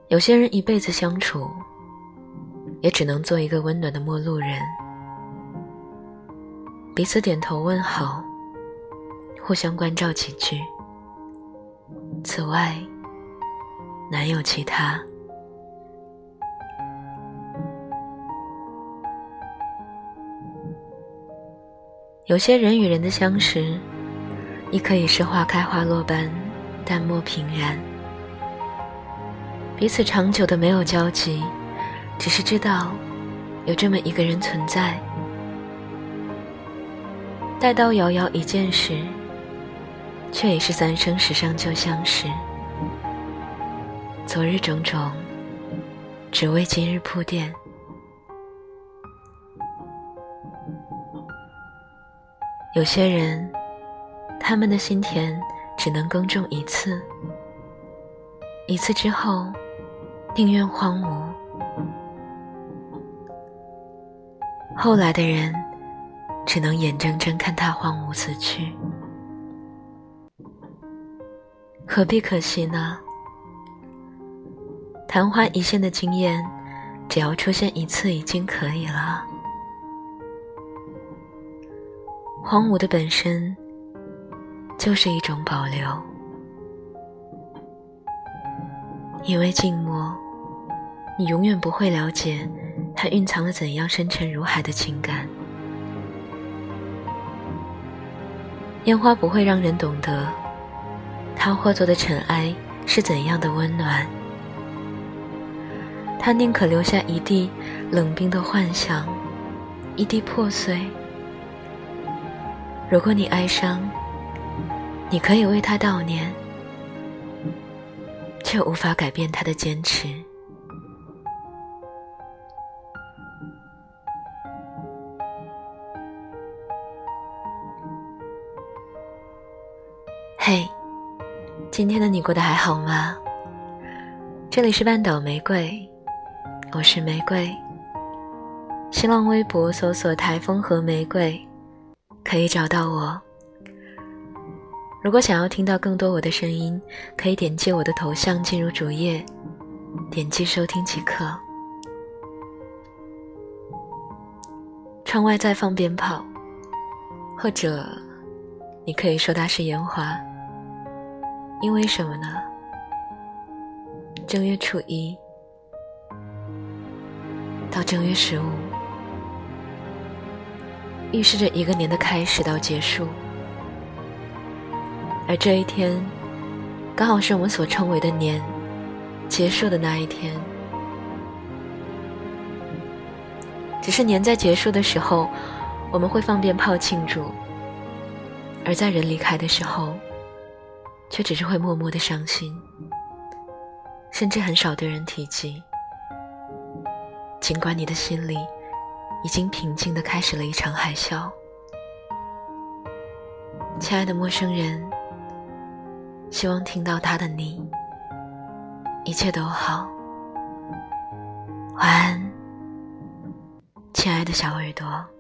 有些人一辈子相处，也只能做一个温暖的陌路人，彼此点头问好，互相关照几句，此外难有其他。有些人与人的相识，亦可以是花开花落般淡漠平然，彼此长久的没有交集，只是知道有这么一个人存在。待到遥遥一见时，却已是三生石上旧相识。昨日种种，只为今日铺垫。有些人，他们的心田只能耕种一次，一次之后宁愿荒芜。后来的人只能眼睁睁看他荒芜死去，何必可惜呢？昙花一现的经验，只要出现一次已经可以了。荒芜的本身就是一种保留，因为静默，你永远不会了解它蕴藏了怎样深沉如海的情感。烟花不会让人懂得它化作的尘埃是怎样的温暖，它宁可留下一地冷冰的幻想，一地破碎。如果你哀伤，你可以为他悼念，却无法改变他的坚持。嘿，今天的你过得还好吗？这里是半岛玫瑰，我是玫瑰。新浪微博搜索台风和玫瑰可以找到我。如果想要听到更多我的声音，可以点击我的头像进入主页，点击收听即可。窗外在放鞭炮，或者你可以说它是烟花，因为什么呢？正月初一到正月15，预示着一个年的开始到结束，而这一天刚好是我们所称为的年结束的那一天。只是年在结束的时候，我们会放鞭炮庆祝，而在人离开的时候，却只是会默默的伤心，甚至很少对人提及。尽管你的心里已经平静地开始了一场海啸。亲爱的陌生人，希望听到他的你一切都好。晚安，亲爱的小耳朵。